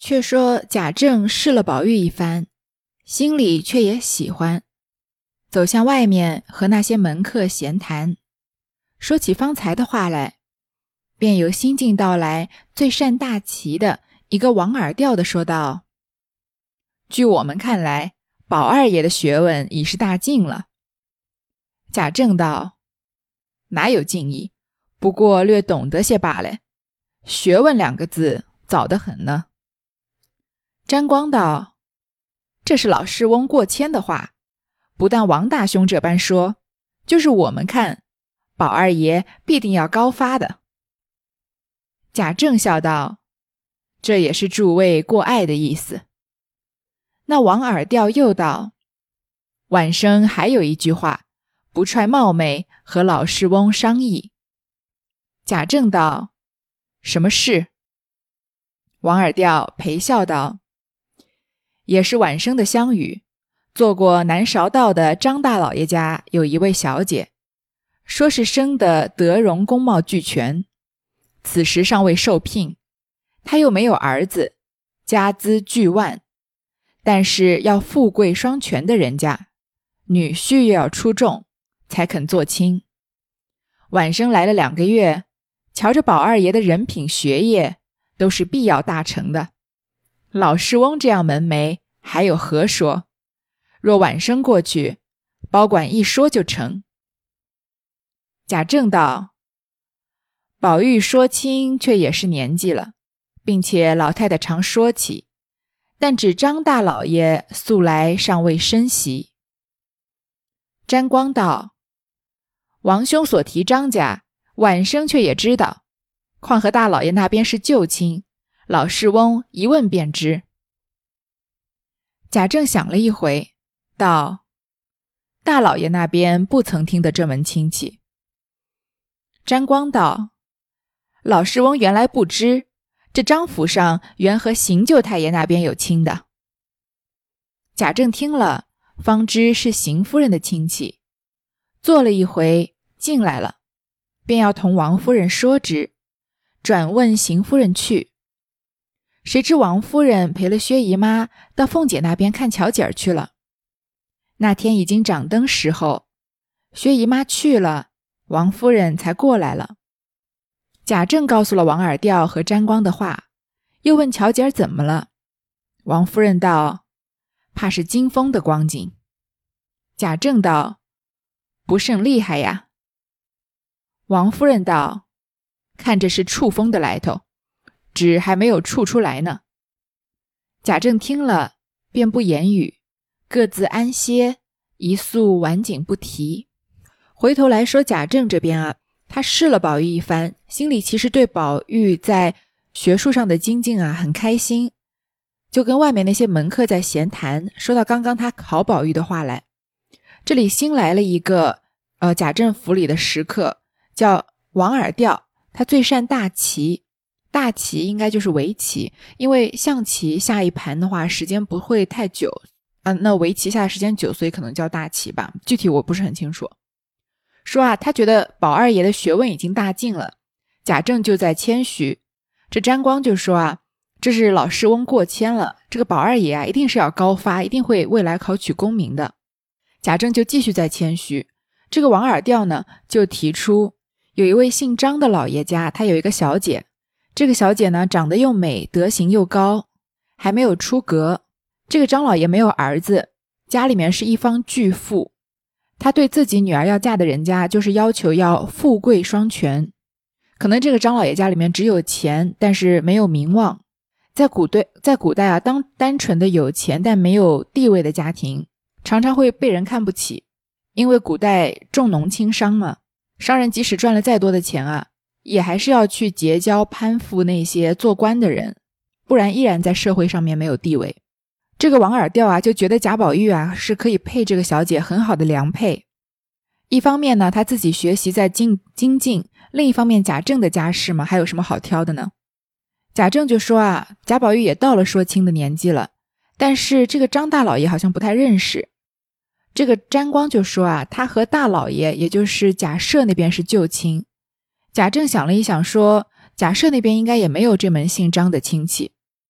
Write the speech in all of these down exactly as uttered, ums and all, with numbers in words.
却说贾政试了宝玉一番，心里却也喜欢，走向外面和那些门客闲谈，说起方才的话来，便由新近到来最善大棋的一个王尔调的说道：据我们看来，宝二爷的学问已是大进了。贾政道：哪有进意，不过略懂得些罢了，学问两个字早得很呢。沾光道：这是老师翁过谦的话，不但王大兄这般说，就是我们看宝二爷必定要高发的。贾政笑道：这也是诸位过爱的意思。那王尔调又道：晚生还有一句话，不揣冒昧和老师翁商议。贾政道：什么事？王尔调陪笑道：也是晚生的相与，做过南韶道的张大老爷家有一位小姐，说是生的德容功貌俱全，此时尚未受聘，他又没有儿子，家资巨万，但是要富贵双全的人家，女婿又要出众，才肯做亲。晚生来了两个月，瞧着宝二爷的人品学业都是必要大成的，老师翁这样门楣还有何说？若晚生过去，保管一说就成。贾政道：宝玉说亲却也是年纪了，并且老太太常说起，但只张大老爷素来尚未生习。沾光道：王兄所提张家，晚生却也知道，况和大老爷那边是旧亲，老师翁一问便知。贾政想了一回，道：大老爷那边不曾听得这门亲戚。沾光道：老师翁原来不知，这张府上原和邢舅太爷那边有亲的。贾政听了，方知是邢夫人的亲戚，坐了一回进来了，便要同王夫人说之，转问邢夫人去。谁知王夫人陪了薛姨妈到凤姐那边看巧姐儿去了。那天已经掌灯时候，薛姨妈去了，王夫人才过来了。贾政告诉了王尔调和沾光的话，又问巧姐儿怎么了。王夫人道：怕是惊风的光景。贾政道：不甚厉害呀。王夫人道：看这是触风的来头，只还没有触出来呢。贾政听了便不言语，各自安歇，一宿晚景不提。回头来说贾政这边啊，他试了宝玉一番，心里其实对宝玉在学术上的精进啊很开心，就跟外面那些门客在闲谈，说到刚刚他考宝玉的话来。这里新来了一个呃贾政府里的食客，叫王尔调，他最善大棋。大棋应该就是围棋，因为象棋下一盘的话时间不会太久啊，那围棋下的时间久，所以可能叫大棋吧，具体我不是很清楚。说啊，他觉得宝二爷的学问已经大进了，贾政就在谦虚。这沾光就说啊，这是老师翁过谦了，这个宝二爷啊一定是要高发，一定会未来考取功名的。贾政就继续在谦虚。这个王尔调呢就提出，有一位姓张的老爷家，他有一个小姐，这个小姐呢长得又美，德行又高，还没有出阁。这个张老爷没有儿子，家里面是一方巨富，他对自己女儿要嫁的人家就是要求要富贵双全。可能这个张老爷家里面只有钱，但是没有名望。在古代在古代啊，当单纯的有钱但没有地位的家庭常常会被人看不起，因为古代重农轻商嘛，商人即使赚了再多的钱啊，也还是要去结交攀附那些做官的人，不然依然在社会上面没有地位。这个王尔调啊就觉得贾宝玉啊是可以配这个小姐很好的良配。一方面呢他自己学习在精精进，另一方面贾政的家世嘛，还有什么好挑的呢？贾政就说啊，贾宝玉也到了说亲的年纪了，但是这个张大老爷好像不太认识。这个沾光就说啊，他和大老爷也就是贾赦那边是旧亲。贾政想了一想说，贾赦那边应该也没有这门姓张的亲戚。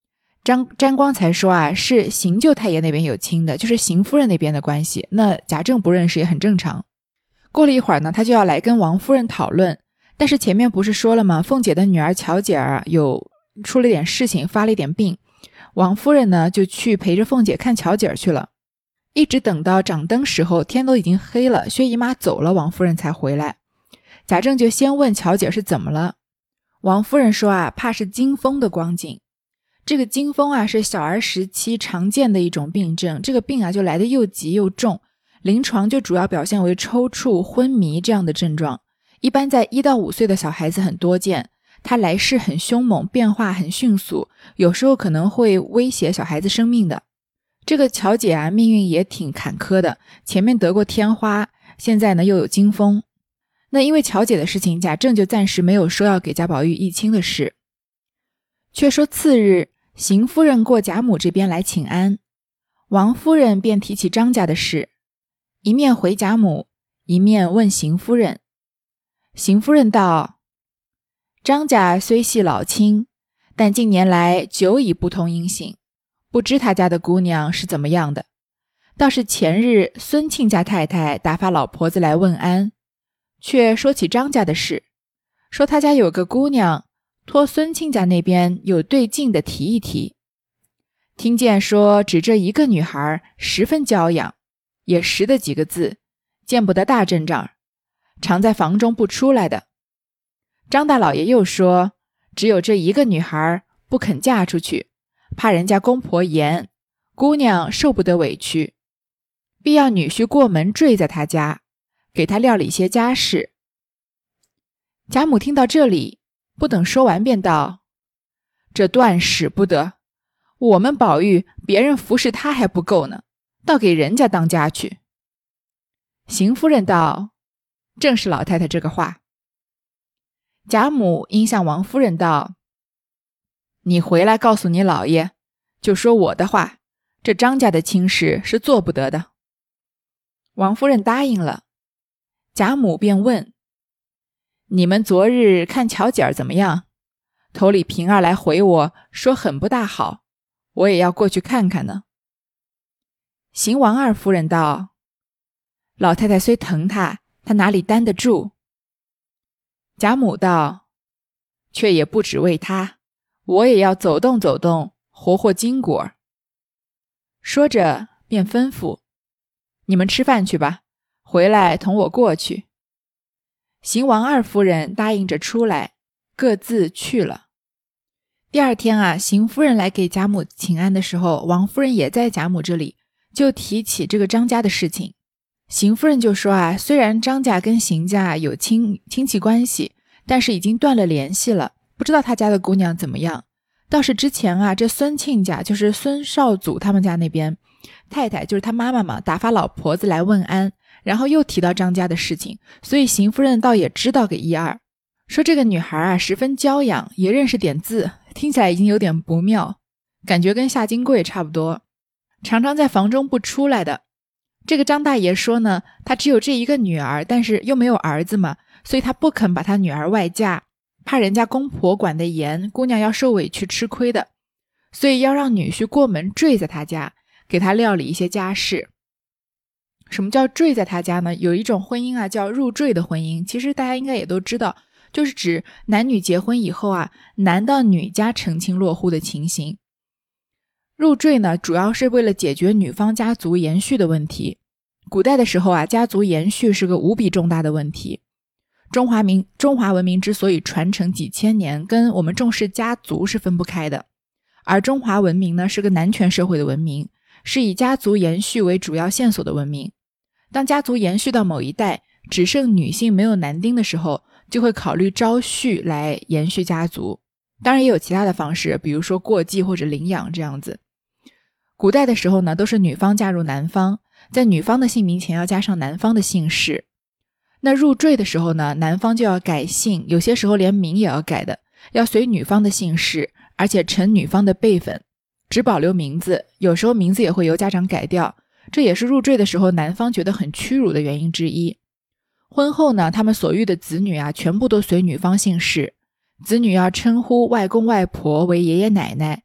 张詹光才说啊，是邢舅太爷那边有亲的，就是邢夫人那边的关系，那贾政不认识也很正常。过了一会儿呢，他就要来跟王夫人讨论，但是前面不是说了吗，凤姐的女儿巧姐儿有出了点事情，发了一点病，王夫人呢就去陪着凤姐看巧姐儿去了，一直等到掌灯时候，天都已经黑了，薛姨妈走了，王夫人才回来。贾政就先问巧姐是怎么了，王夫人说啊，怕是惊风的光景。这个惊风啊是小儿时期常见的一种病症，这个病啊就来得又急又重，临床就主要表现为抽搐、昏迷这样的症状，一般在一到五岁的小孩子很多见，它来势很凶猛，变化很迅速，有时候可能会威胁小孩子生命的。这个巧姐啊命运也挺坎坷的，前面得过天花，现在呢又有惊风。那因为巧姐的事情，贾政就暂时没有说要给贾宝玉议亲的事。却说次日，邢夫人过贾母这边来请安，王夫人便提起张家的事，一面回贾母，一面问邢夫人。邢夫人道：张家虽系老亲，但近年来久已不通音信，不知他家的姑娘是怎么样的。倒是前日孙庆家太太打发老婆子来问安，却说起张家的事，说他家有个姑娘托孙庆家那边有对镜的提一提，听见说只这一个女孩十分娇养，也识得几个字，见不得大阵仗，常在房中不出来的。张大老爷又说只有这一个女孩不肯嫁出去，怕人家公婆严，姑娘受不得委屈，必要女婿过门坠在他家，给他料理些家事。贾母听到这里，不等说完便道：这断使不得，我们宝玉别人服侍他还不够呢，倒给人家当家去。邢夫人道：正是老太太这个话。贾母因向王夫人道：你回来告诉你老爷，就说我的话，这张家的亲事是做不得的。王夫人答应了。贾母便问：你们昨日看巧姐儿怎么样？头里平儿来回我说很不大好，我也要过去看看呢。邢王二夫人道：老太太虽疼她，她哪里担得住？贾母道：却也不只为她，我也要走动走动，活活筋果。说着便吩咐：你们吃饭去吧，回来同我过去。邢王二夫人答应着出来，各自去了。第二天啊，邢夫人来给贾母请安的时候，王夫人也在贾母这里，就提起这个张家的事情。邢夫人就说啊，虽然张家跟邢家有亲亲戚关系，但是已经断了联系了，不知道他家的姑娘怎么样。倒是之前啊，这孙庆家就是孙少祖他们家那边太太，就是他妈妈嘛，打发老婆子来问安，然后又提到张家的事情，所以邢夫人倒也知道个一二，说这个女孩啊十分娇养，也认识点字，听起来已经有点不妙，感觉跟夏金桂差不多，常常在房中不出来的。这个张大爷说呢，他只有这一个女儿，但是又没有儿子嘛，所以他不肯把他女儿外嫁，怕人家公婆管得严，姑娘要受委屈吃亏的，所以要让女婿过门坠在他家，给他料理一些家事。什么叫坠在他家呢？有一种婚姻啊叫入赘的婚姻，其实大家应该也都知道，就是指男女结婚以后啊，男到女家成亲落户的情形。入赘呢，主要是为了解决女方家族延续的问题。古代的时候啊，家族延续是个无比重大的问题。中华民中华文明之所以传承几千年，跟我们重视家族是分不开的。而中华文明呢，是个男权社会的文明，是以家族延续为主要线索的文明。当家族延续到某一代，只剩女性没有男丁的时候，就会考虑招婿来延续家族。当然也有其他的方式，比如说过继或者领养这样子。古代的时候呢，都是女方嫁入男方，在女方的姓名前要加上男方的姓氏。那入赘的时候呢，男方就要改姓，有些时候连名也要改的，要随女方的姓氏，而且承女方的辈分，只保留名字，有时候名字也会由家长改掉，这也是入赘的时候男方觉得很屈辱的原因之一。婚后呢，他们所育的子女啊，全部都随女方姓氏，子女要称呼外公外婆为爷爷奶奶，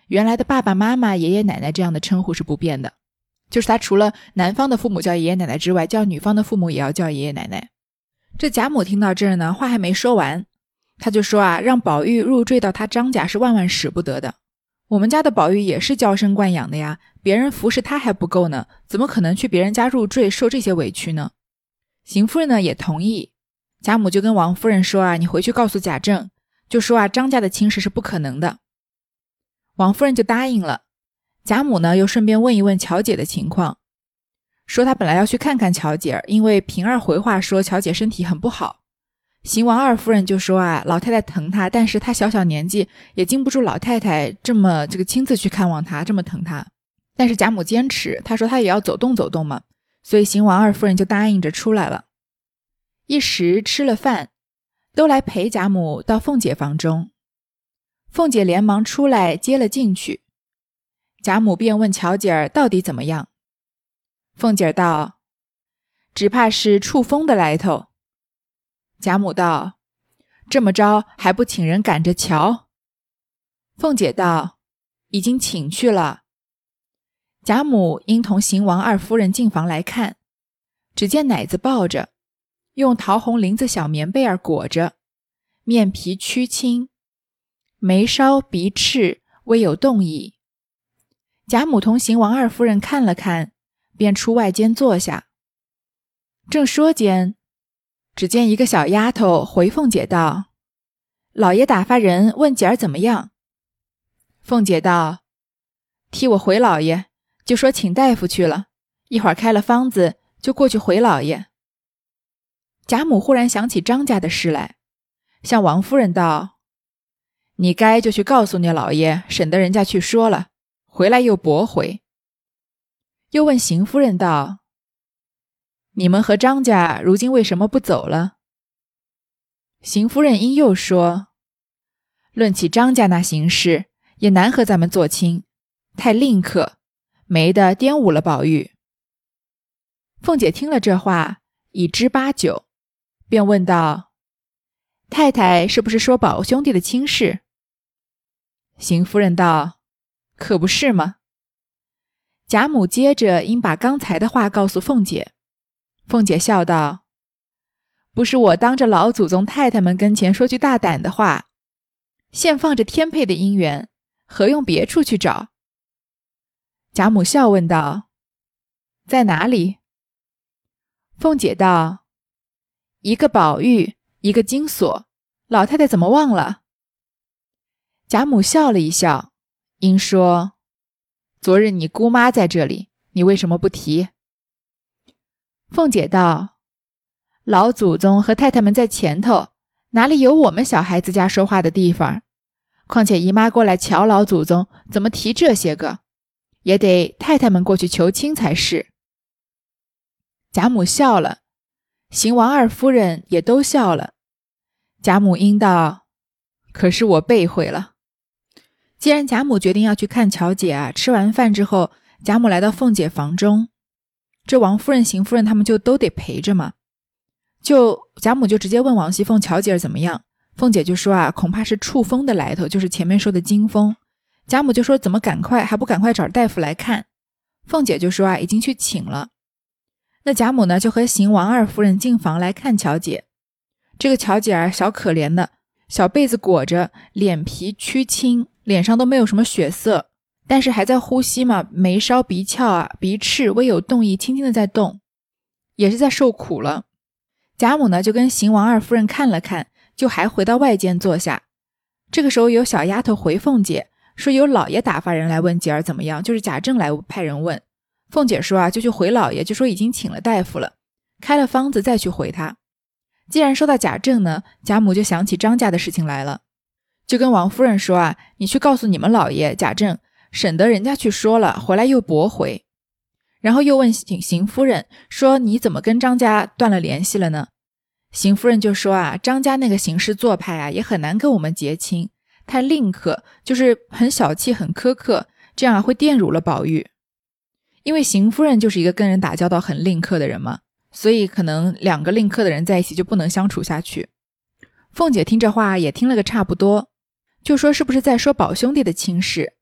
原来的爸爸妈妈、爷爷奶奶这样的称呼是不变的，就是他除了男方的父母叫爷爷奶奶之外，叫女方的父母也要叫爷爷奶奶。这贾母听到这儿呢，话还没说完，他就说啊，让宝玉入赘到他张家是万万使不得的。我们家的宝玉也是娇生惯养的呀，别人服侍他还不够呢，怎么可能去别人家入赘受这些委屈呢？邢夫人呢也同意，贾母就跟王夫人说啊，你回去告诉贾政，就说啊张家的亲事是不可能的。王夫人就答应了。贾母呢又顺便问一问乔姐的情况，说她本来要去看看乔姐，因为平儿回话说乔姐身体很不好。邢王二夫人就说啊，老太太疼她，但是她小小年纪也经不住老太太这么这个亲自去看望她，这么疼她。但是贾母坚持，她说她也要走动走动嘛，所以邢王二夫人就答应着出来了。一时吃了饭，都来陪贾母到凤姐房中。凤姐连忙出来接了进去，贾母便问乔姐儿到底怎么样。凤姐儿道，只怕是触风的来头。贾母道，这么着还不请人赶着瞧？凤姐道，已经请去了。贾母因同邢王二夫人进房来看，只见奶子抱着，用桃红绫子小棉被儿裹着，面皮曲青，眉梢鼻赤微有动意。贾母同邢王二夫人看了看，便出外间坐下。正说间，只见一个小丫头回凤姐道，老爷打发人问姐儿怎么样。凤姐道，替我回老爷，就说请大夫去了，一会儿开了方子就过去回老爷。贾母忽然想起张家的事来，向王夫人道，你该就去告诉你老爷，省得人家去说了，回来又驳回。又问邢夫人道，你们和张家如今为什么不走了？邢夫人因又说，论起张家那行事，也难和咱们做亲，太吝啬，没得玷污了宝玉。凤姐听了这话，已知八九，便问道，太太是不是说宝兄弟的亲事？邢夫人道，可不是吗？贾母接着应把刚才的话告诉凤姐。凤姐笑道，不是我当着老祖宗太太们跟前说句大胆的话，现放着天配的姻缘，何用别处去找？贾母笑问道，在哪里？凤姐道，一个宝玉，一个金锁，老太太怎么忘了？贾母笑了一笑，因说，昨日你姑妈在这里，你为什么不提？凤姐道，老祖宗和太太们在前头，哪里有我们小孩子家说话的地方？况且姨妈过来瞧老祖宗，怎么提这些个？也得太太们过去求亲才是。贾母笑了，邢王二夫人也都笑了。贾母应道，可是我背会了。既然贾母决定要去看乔姐啊，吃完饭之后，贾母来到凤姐房中，这王夫人、邢夫人他们就都得陪着嘛。就贾母就直接问王熙凤乔姐儿怎么样，凤姐就说啊，恐怕是触风的来头，就是前面说的惊风。贾母就说怎么赶快还不赶快找大夫来看？凤姐就说啊，已经去请了。那贾母呢就和邢王二夫人进房来看乔姐。这个乔姐儿小可怜的，小被子裹着，脸皮曲青，脸上都没有什么血色，但是还在呼吸嘛，眉梢鼻翘啊，鼻翅微有动意，轻轻的在动，也是在受苦了。贾母呢就跟邢王二夫人看了看，就还回到外间坐下。这个时候有小丫头回凤姐说，有老爷打发人来问姐儿怎么样，就是贾政来派人问。凤姐说啊，就去回老爷，就说已经请了大夫了，开了方子再去回他。既然说到贾政呢，贾母就想起张家的事情来了，就跟王夫人说啊，你去告诉你们老爷贾政，省得人家去说了，回来又驳回。然后又问邢夫人说，你怎么跟张家断了联系了呢？邢夫人就说啊，张家那个行事做派啊，也很难跟我们结亲，太吝啬，就是很小气很苛刻，这样啊会玷辱了宝玉。因为邢夫人就是一个跟人打交道很吝啬的人嘛，所以可能两个吝啬的人在一起就不能相处下去。凤姐听这话也听了个差不多，就说是不是在说宝兄弟的亲事？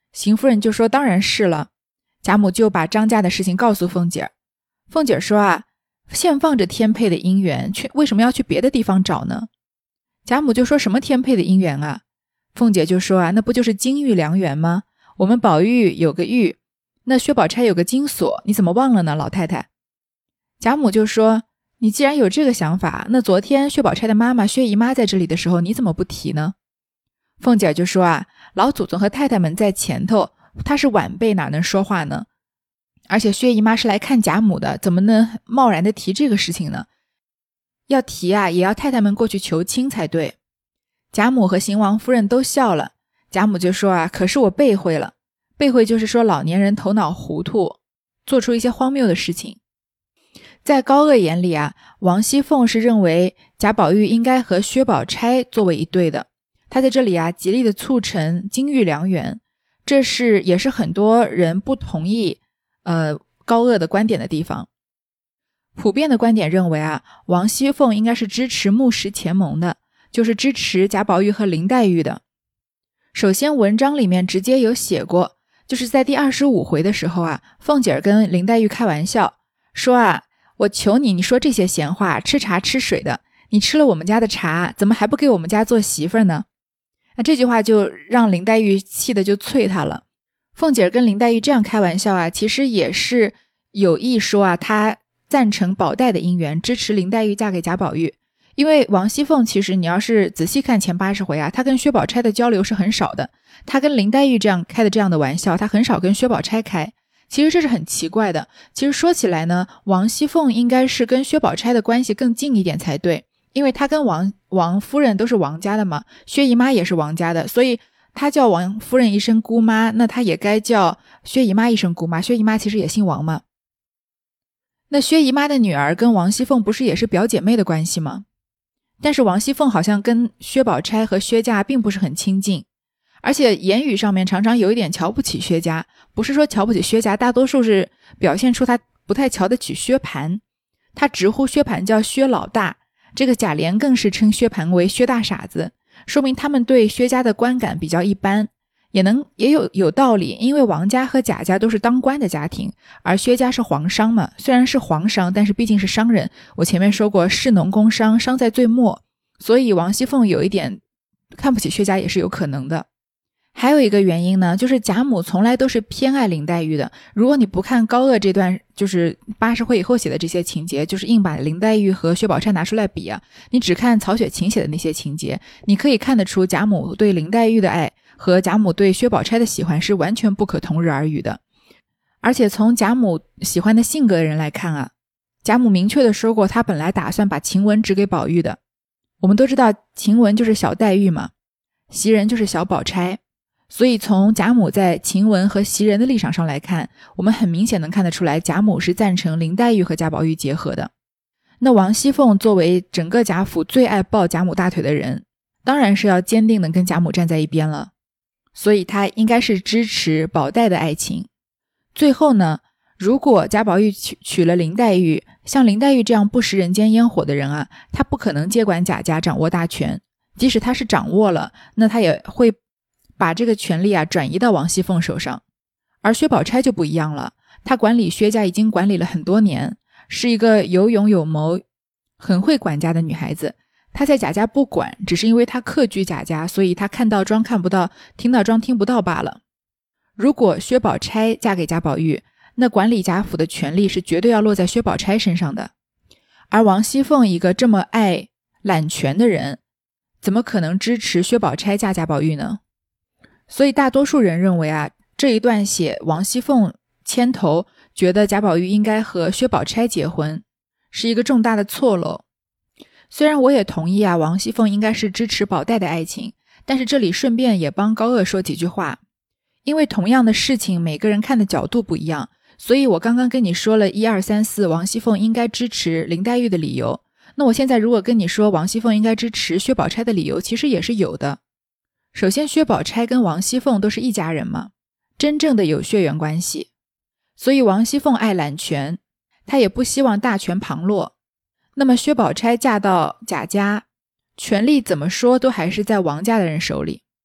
邢夫人就说当然是了。贾母就把张家的事情告诉凤姐儿。凤姐儿说啊，现放着天配的姻缘，去为什么要去别的地方找呢？贾母就说什么天配的姻缘啊？凤姐就说啊，那不就是金玉良缘吗？我们宝玉有个玉，那薛宝钗有个金锁，你怎么忘了呢，老太太？贾母就说，你既然有这个想法，那昨天薛宝钗的妈妈薛姨妈在这里的时候，你怎么不提呢？凤姐就说啊，老祖宗和太太们在前头，她是晚辈哪能说话呢？而且薛姨妈是来看贾母的，怎么能贸然的提这个事情呢？要提啊，也要太太们过去求亲才对。贾母和邢王夫人都笑了。贾母就说啊，可是我背会了。背会就是说老年人头脑糊涂，做出一些荒谬的事情。在高鹗眼里啊，王熙凤是认为贾宝玉应该和薛宝钗作为一对的，他在这里啊极力的促成金玉良缘，这是也是很多人不同意呃高鹗的观点的地方。普遍的观点认为啊，王熙凤应该是支持木石前盟的，就是支持贾宝玉和林黛玉的。首先文章里面直接有写过，就是在第二十五回的时候啊，凤姐儿跟林黛玉开玩笑说啊，我求你，你说这些闲话，吃茶吃水的，你吃了我们家的茶，怎么还不给我们家做媳妇呢？那这句话就让林黛玉气的就啐她了。凤姐儿跟林黛玉这样开玩笑啊，其实也是有意说啊，她赞成宝黛的姻缘，支持林黛玉嫁给贾宝玉。因为王熙凤其实你要是仔细看前八十回啊，她跟薛宝钗的交流是很少的，她跟林黛玉这样开的这样的玩笑，她很少跟薛宝钗开。其实这是很奇怪的。其实说起来呢，王熙凤应该是跟薛宝钗的关系更近一点才对，因为她跟王王夫人都是王家的嘛，薛姨妈也是王家的，所以她叫王夫人一声姑妈，那她也该叫薛姨妈一声姑妈，薛姨妈其实也姓王嘛。那薛姨妈的女儿跟王熙凤不是也是表姐妹的关系吗？但是王熙凤好像跟薛宝钗和薛家并不是很亲近，而且言语上面常常有一点瞧不起薛家，不是说瞧不起薛家，大多数是表现出他不太瞧得起薛蟠，他直呼薛蟠叫薛老大，这个贾琏更是称薛蟠为薛大傻子，说明他们对薛家的观感比较一般，也能也有有道理，因为王家和贾家都是当官的家庭，而薛家是皇商嘛，虽然是皇商，但是毕竟是商人，我前面说过士农工商，商在最末，所以王熙凤有一点看不起薛家也是有可能的。还有一个原因呢，就是贾母从来都是偏爱林黛玉的，如果你不看高鹗这段就是八十回以后写的这些情节，就是硬把林黛玉和薛宝钗拿出来比啊，你只看曹雪芹写的那些情节，你可以看得出贾母对林黛玉的爱和贾母对薛宝钗的喜欢是完全不可同日而语的。而且从贾母喜欢的性格的人来看啊，贾母明确的说过她本来打算把晴雯指给宝玉的。我们都知道晴雯就是小黛玉嘛，袭人就是小宝钗，所以从贾母在晴雯和袭人的立场上来看，我们很明显能看得出来贾母是赞成林黛玉和贾宝玉结合的。那王熙凤作为整个贾府最爱抱贾母大腿的人，当然是要坚定的跟贾母站在一边了，所以她应该是支持宝黛的爱情。最后呢，如果贾宝玉娶娶了林黛玉，像林黛玉这样不食人间烟火的人啊，他不可能接管贾家掌握大权，即使他是掌握了，那他也会把这个权力啊转移到王熙凤手上。而薛宝钗就不一样了，她管理薛家已经管理了很多年，是一个有勇有谋很会管家的女孩子。她在贾家不管，只是因为她客居贾家，所以她看到装看不到，听到装听不到罢了。如果薛宝钗嫁给贾宝玉，那管理贾府的权力是绝对要落在薛宝钗身上的。而王熙凤一个这么爱揽权的人，怎么可能支持薛宝钗嫁贾宝玉呢？所以大多数人认为啊，这一段写王熙凤牵头觉得贾宝玉应该和薛宝钗结婚，是一个重大的错漏。虽然我也同意啊，王熙凤应该是支持宝黛的爱情，但是这里顺便也帮高鹗说几句话。因为同样的事情每个人看的角度不一样，所以我刚刚跟你说了一二三四王熙凤应该支持林黛玉的理由，那我现在如果跟你说王熙凤应该支持薛宝钗的理由，其实也是有的。首先薛宝钗跟王熙凤都是一家人嘛，真正的有血缘关系，所以王熙凤爱揽权，她也不希望大权旁落。那么薛宝钗嫁到贾家，权力怎么说都还是在王家的人手里，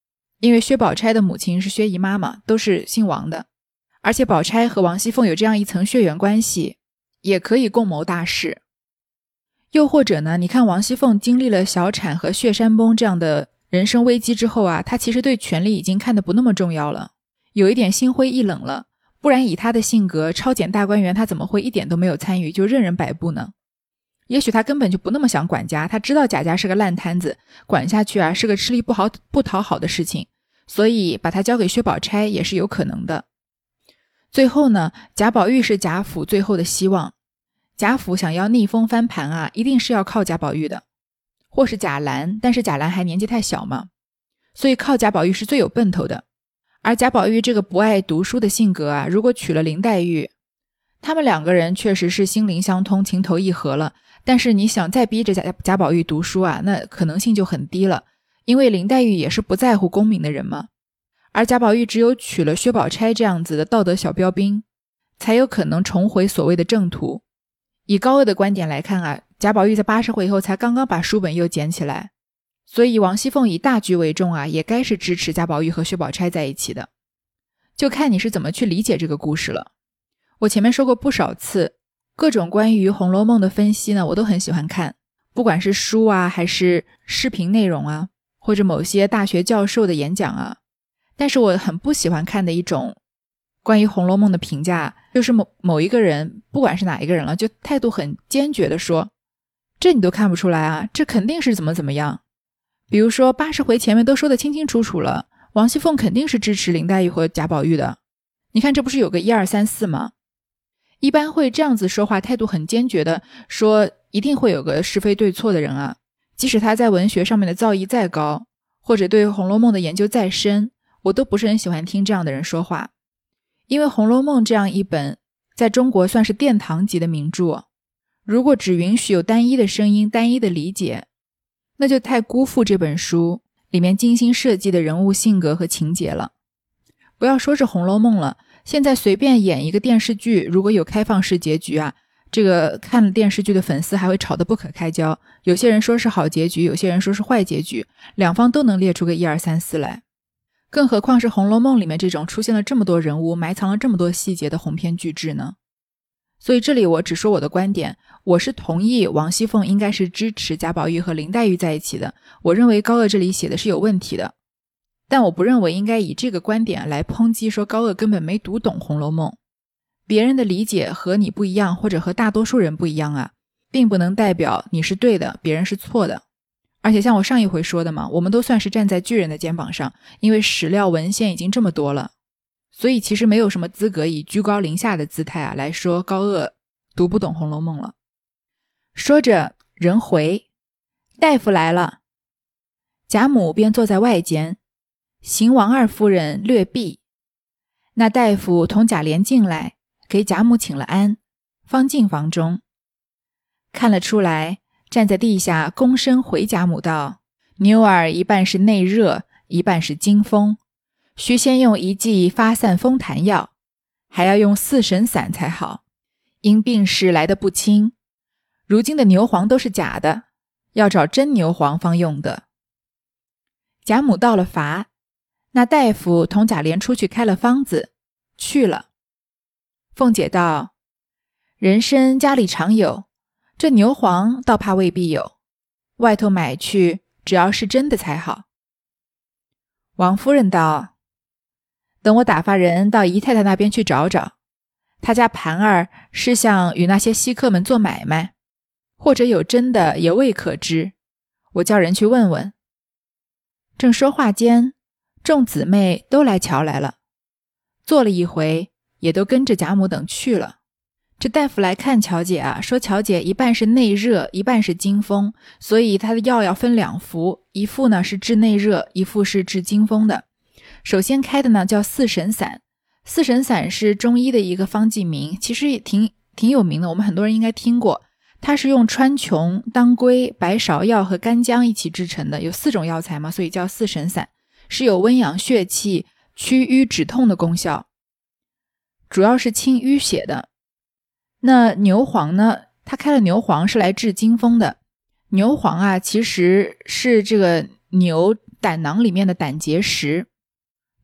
因为薛宝钗的母亲是薛姨妈嘛，都是姓王的，而且宝钗和王熙凤有这样一层血缘关系，也可以共谋大事。又或者呢，你看王熙凤经历了小产和血山崩这样的人生危机之后啊，她其实对权力已经看得不那么重要了，有一点心灰意冷了，不然以她的性格，超检大观园她怎么会一点都没有参与就任人摆布呢？也许她根本就不那么想管家，她知道贾家是个烂摊子，管下去啊是个吃力不好不讨好的事情，所以把她交给薛宝钗也是有可能的。最后呢，贾宝玉是贾府最后的希望，贾府想要逆风翻盘啊，一定是要靠贾宝玉的，或是贾兰，但是贾兰还年纪太小嘛，所以靠贾宝玉是最有奔头的。而贾宝玉这个不爱读书的性格啊，如果娶了林黛玉，他们两个人确实是心灵相通，情投意合了，但是你想再逼着 贾, 贾宝玉读书啊，那可能性就很低了，因为林黛玉也是不在乎功名的人嘛。而贾宝玉只有娶了薛宝钗这样子的道德小标兵，才有可能重回所谓的正途。以高鹗的观点来看啊，贾宝玉在八十回以后才刚刚把书本又捡起来，所以王熙凤以大局为重啊，也该是支持贾宝玉和薛宝钗在一起的。就看你是怎么去理解这个故事了。我前面说过不少次，各种关于《红楼梦》的分析呢，我都很喜欢看，不管是书啊，还是视频内容啊，或者某些大学教授的演讲啊。但是我很不喜欢看的一种关于《红楼梦》的评价，就是某某一个人，不管是哪一个人了，就态度很坚决的说，这你都看不出来啊，这肯定是怎么怎么样。比如说八十回前面都说得清清楚楚了，王熙凤肯定是支持林黛玉和贾宝玉的，你看这不是有个一二三四吗？一般会这样子说话，态度很坚决的说一定会有个是非对错的人啊，即使他在文学上面的造诣再高，或者对《红楼梦》的研究再深，我都不是很喜欢听这样的人说话。因为《红楼梦》这样一本在中国算是殿堂级的名著，如果只允许有单一的声音，单一的理解，那就太辜负这本书里面精心设计的人物性格和情节了。不要说是《红楼梦》了，现在随便演一个电视剧，如果有开放式结局啊，这个看了电视剧的粉丝还会吵得不可开交，有些人说是好结局，有些人说是坏结局，两方都能列出个一二三四来。更何况是《红楼梦》里面这种出现了这么多人物，埋藏了这么多细节的鸿篇巨制呢？所以这里我只说我的观点，我是同意王熙凤应该是支持贾宝玉和林黛玉在一起的，我认为高鹗这里写的是有问题的，但我不认为应该以这个观点来抨击说高鹗根本没读懂《红楼梦》。别人的理解和你不一样，或者和大多数人不一样啊，并不能代表你是对的，别人是错的。而且像我上一回说的嘛，我们都算是站在巨人的肩膀上，因为史料文献已经这么多了，所以其实没有什么资格以居高临下的姿态啊来说高鹗读不懂《红楼梦》了。说着人回，大夫来了，贾母便坐在外间，邢王二夫人略避，那大夫同贾琏进来，给贾母请了安，方进房中，看了出来，站在地下躬身回贾母道，牛儿一半是内热，一半是惊风，需先用一剂发散风痰药，还要用四神散才好，因病势来得不轻，如今的牛黄都是假的，要找真牛黄方用的。贾母到了罚，那大夫同贾琏出去开了方子，去了。凤姐道，人参家里常有，这牛黄倒怕未必有，外头买去只要是真的才好。王夫人道，等我打发人到姨太太那边去找找，她家盘儿是想与那些稀客们做买卖，或者有真的也未可知，我叫人去问问。正说话间，众姊妹都来瞧来了，坐了一回，也都跟着贾母等去了。这大夫来看乔姐啊，说乔姐一半是内热，一半是惊风，所以她的药要分两副，一副呢是治内热，一副是治惊风的。首先开的呢叫四神散，四神散是中医的一个方剂名，其实也挺挺有名的，我们很多人应该听过。它是用川穹、当归、白芍药和干姜一起制成的，有四种药材嘛，所以叫四神散，是有温养血气、驱瘀止痛的功效，主要是清淤血的。那牛黄呢，它开了牛黄是来治惊风的。牛黄啊，其实是这个牛胆囊里面的胆结石，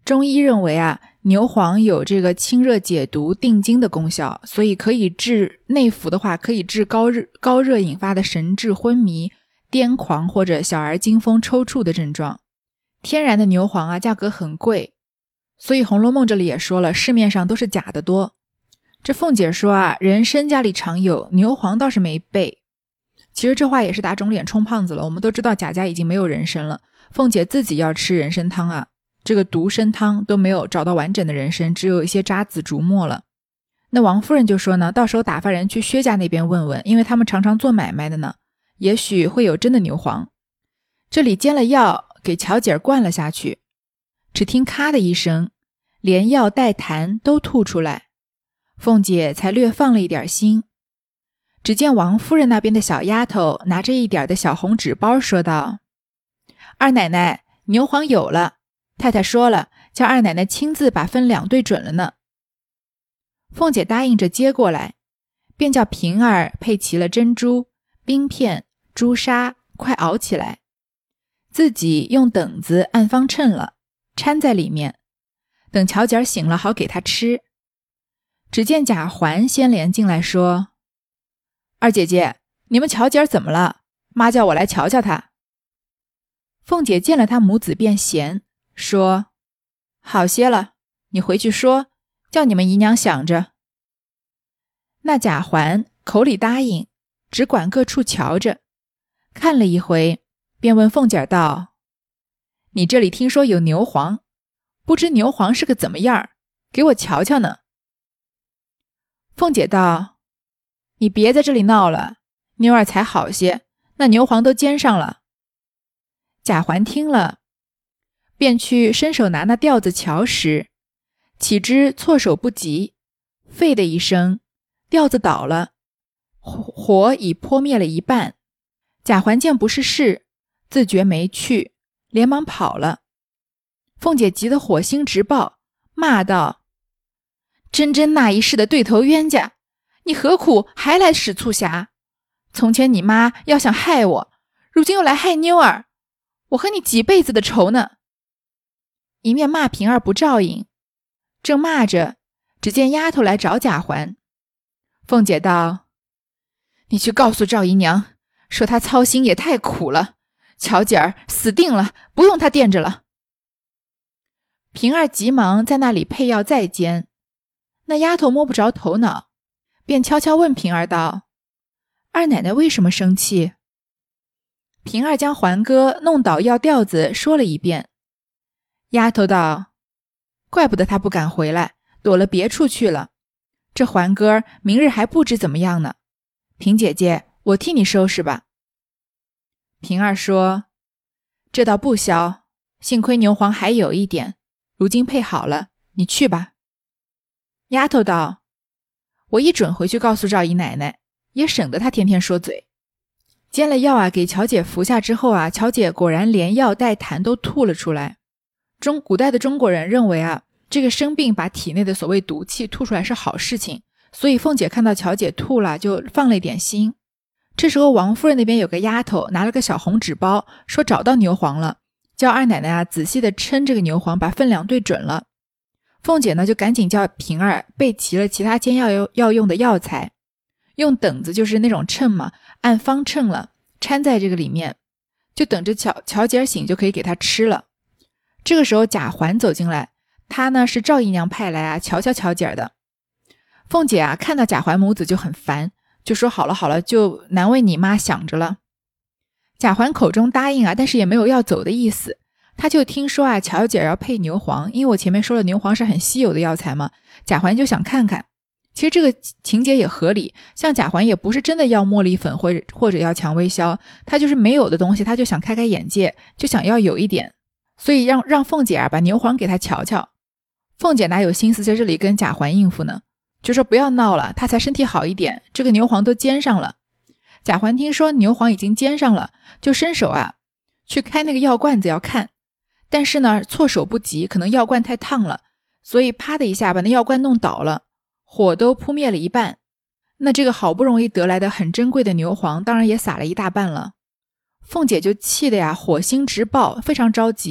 中医认为啊，牛黄有这个清热解毒、定惊的功效，所以可以治内服的话，可以治高热高热引发的神志昏迷、癫狂或者小儿惊风抽搐的症状。天然的牛黄啊，价格很贵，所以《红楼梦》这里也说了，市面上都是假的多。这凤姐说啊，人参家里常有，牛黄倒是没备。其实这话也是打肿脸充胖子了，我们都知道贾家已经没有人参了，凤姐自己要吃人参汤啊，这个独参汤都没有找到完整的人参，只有一些渣滓竹末了。那王夫人就说呢，到时候打发人去薛家那边问问，因为他们常常做买卖的呢，也许会有真的牛黄。这里煎了药给乔姐儿灌了下去，只听咔的一声，连药带痰都吐出来，凤姐才略放了一点心。只见王夫人那边的小丫头拿着一点的小红纸包说道，二奶奶，牛黄有了，太太说了，叫二奶奶亲自把分量对准了呢。凤姐答应着接过来，便叫平儿配齐了珍珠、冰片、朱砂，快熬起来，自己用等子按方称了，掺在里面，等乔姐儿醒了好给她吃。只见贾环先连进来说，二姐姐，你们乔姐儿怎么了？妈叫我来瞧瞧她。凤姐见了她母子便嫌，说，好些了，你回去说，叫你们姨娘想着。那贾环口里答应，只管各处瞧着，看了一回，便问凤姐儿道，你这里听说有牛黄，不知牛黄是个怎么样，给我瞧瞧呢。凤姐道，你别在这里闹了，妞儿才好些，那牛黄都煎上了。贾环听了，便去伸手拿那吊子瞧时，岂知措手不及，废的一声，吊子倒了，火已扑灭了一半。贾环见不是事，自觉没趣，连忙跑了。凤姐急得火星直爆，骂道，真真那一世的对头冤家，你何苦还来使促狭？从前你妈要想害我，如今又来害妞儿，我和你几辈子的仇呢。一面骂平儿不照应，正骂着，只见丫头来找贾环。凤姐道，你去告诉赵姨娘，说她操心也太苦了，乔姐儿死定了，不用她垫着了。平儿急忙在那里配药再煎，那丫头摸不着头脑，便悄悄问平儿道，二奶奶为什么生气？平儿将环哥弄倒药吊子说了一遍。丫头道，怪不得他不敢回来，躲了别处去了，这环哥明日还不知怎么样呢。平姐姐，我替你收拾吧。平儿说，这倒不消，幸亏牛黄还有一点，如今配好了，你去吧。丫头道，我一准回去告诉赵姨奶奶，也省得她天天说嘴。煎了药啊，给乔姐服下之后啊，乔姐果然连药带痰都吐了出来。中古代的中国人认为啊，这个生病把体内的所谓毒气吐出来是好事情，所以凤姐看到乔姐吐了，就放了一点心。这时候王夫人那边有个丫头拿了个小红纸包，说找到牛黄了，叫二奶奶啊仔细的称这个牛黄，把分量对准了。凤姐呢就赶紧叫平儿备齐了其他煎药要用的药材，用等子就是那种秤嘛，按方称了，掺在这个里面，就等着乔乔姐醒就可以给她吃了。这个时候贾环走进来，他呢是赵姨娘派来啊瞧瞧乔姐的。凤姐啊看到贾环母子就很烦，就说好了好了，就难为你妈想着了。贾环口中答应啊，但是也没有要走的意思。他就听说啊乔姐要配牛黄，因为我前面说了牛黄是很稀有的药材嘛，贾环就想看看。其实这个情节也合理，像贾环也不是真的要茉莉粉或者或者要蔷薇销，他就是没有的东西，他就想开开眼界，就想要有一点，所以让让凤姐啊把牛黄给他瞧瞧。凤姐哪有心思在这里跟贾环应付呢，就说不要闹了，他才身体好一点，这个牛黄都煎上了。贾环听说牛黄已经煎上了，就伸手啊去开那个药罐子要看，但是呢措手不及，可能药罐太烫了，所以啪的一下把那药罐弄倒了，火都扑灭了一半。那这个好不容易得来的很珍贵的牛黄当然也洒了一大半了。凤姐就气得呀火星直爆，非常着急，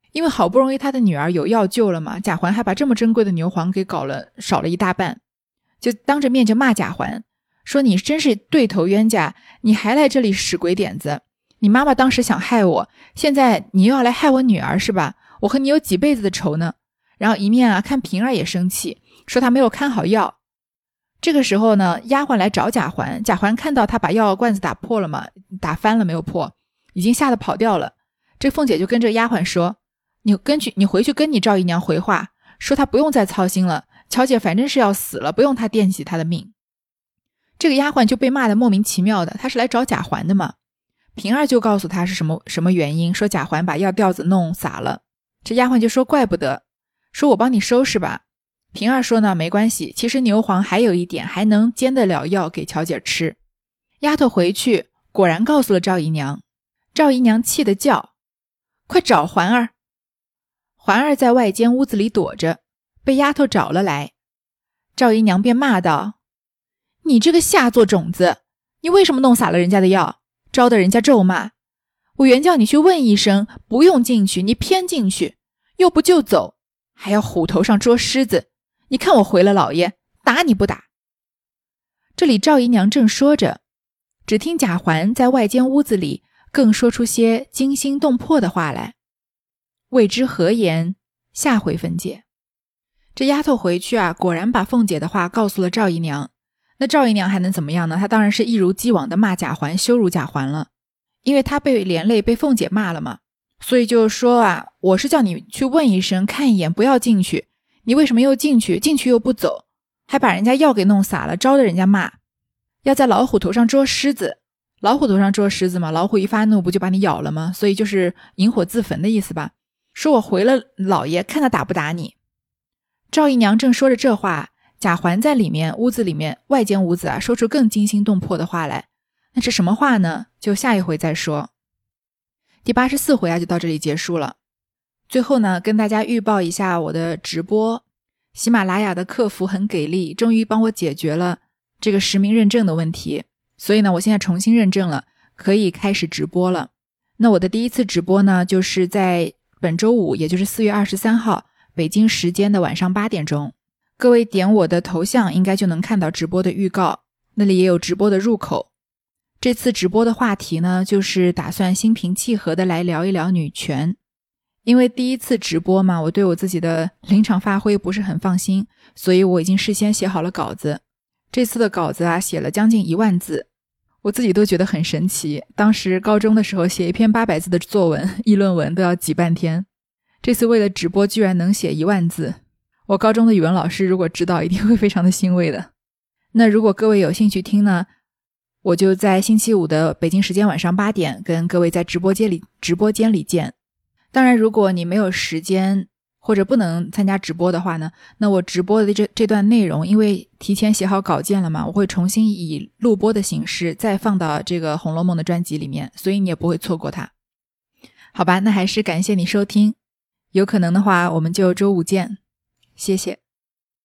因为好不容易他的女儿有药救了嘛，贾环还把这么珍贵的牛黄给搞了少了一大半，就当着面就骂贾环，说你真是对头冤家，你还来这里使鬼点子，你妈妈当时想害我，现在你又要来害我女儿是吧？我和你有几辈子的仇呢？然后一面啊看平儿也生气，说他没有看好药。这个时候呢，丫鬟来找贾环，贾环看到他把药罐子打破了嘛，打翻了没有破，已经吓得跑掉了。这凤姐就跟这丫鬟说，你根据你回去跟你赵姨娘回话，说她不用再操心了，乔姐反正是要死了，不用她惦记她的命。这个丫鬟就被骂得莫名其妙的，她是来找贾环的嘛。平儿就告诉她是什么什么原因，说贾环把药吊子弄洒了。这丫鬟就说怪不得，说我帮你收拾吧。平儿说呢，没关系，其实牛黄还有一点，还能煎得了药给乔姐吃。丫头回去果然告诉了赵姨娘，赵姨娘气得叫，快找环儿。环儿在外间屋子里躲着，被丫头找了来。赵姨娘便骂道，你这个下作种子，你为什么弄洒了人家的药，招得人家咒骂？我原叫你去问一声，不用进去，你偏进去，又不就走，还要虎头上捉虱子，你看我回了老爷，打你不打？这里赵姨娘正说着，只听贾环在外间屋子里更说出些惊心动魄的话来。未知何言，下回分解。这丫头回去啊，果然把凤姐的话告诉了赵姨娘。那赵姨娘还能怎么样呢？她当然是一如既往的骂贾环，羞辱贾环了。因为她被连累被凤姐骂了嘛，所以就说啊，我是叫你去问一声，看一眼，不要进去，你为什么又进去？进去又不走，还把人家药给弄洒了，招得人家骂，要在老虎头上捉虱子。老虎头上捉虱子嘛，老虎一发怒不就把你咬了吗？所以就是引火自焚的意思吧。说我回了老爷，看他打不打你。赵姨娘正说着这话，贾环在里面屋子里面外间屋子啊，说出更惊心动魄的话来。那是什么话呢？就下一回再说。第八十四回啊，就到这里结束了。最后呢，跟大家预报一下我的直播，喜马拉雅的客服很给力，终于帮我解决了这个实名认证的问题，所以呢，我现在重新认证了，可以开始直播了。那我的第一次直播呢，就是在本周五，也就是四月二十三号北京时间的晚上八点钟。各位点我的头像应该就能看到直播的预告，那里也有直播的入口。这次直播的话题呢，就是打算心平气和的来聊一聊女权。因为第一次直播嘛，我对我自己的临场发挥不是很放心，所以我已经事先写好了稿子。这次的稿子啊，写了将近一万字，我自己都觉得很神奇。当时高中的时候写一篇八百字的作文，议论文都要挤半天，这次为了直播居然能写一万字，我高中的语文老师如果知道一定会非常的欣慰的。那如果各位有兴趣听呢，我就在星期五的北京时间晚上八点跟各位在直播间里直播间里见。当然如果你没有时间或者不能参加直播的话呢，那我直播的这这段内容因为提前写好稿件了嘛，我会重新以录播的形式再放到这个红楼梦的专辑里面，所以你也不会错过它。好吧，那还是感谢你收听，有可能的话我们就周五见，谢谢。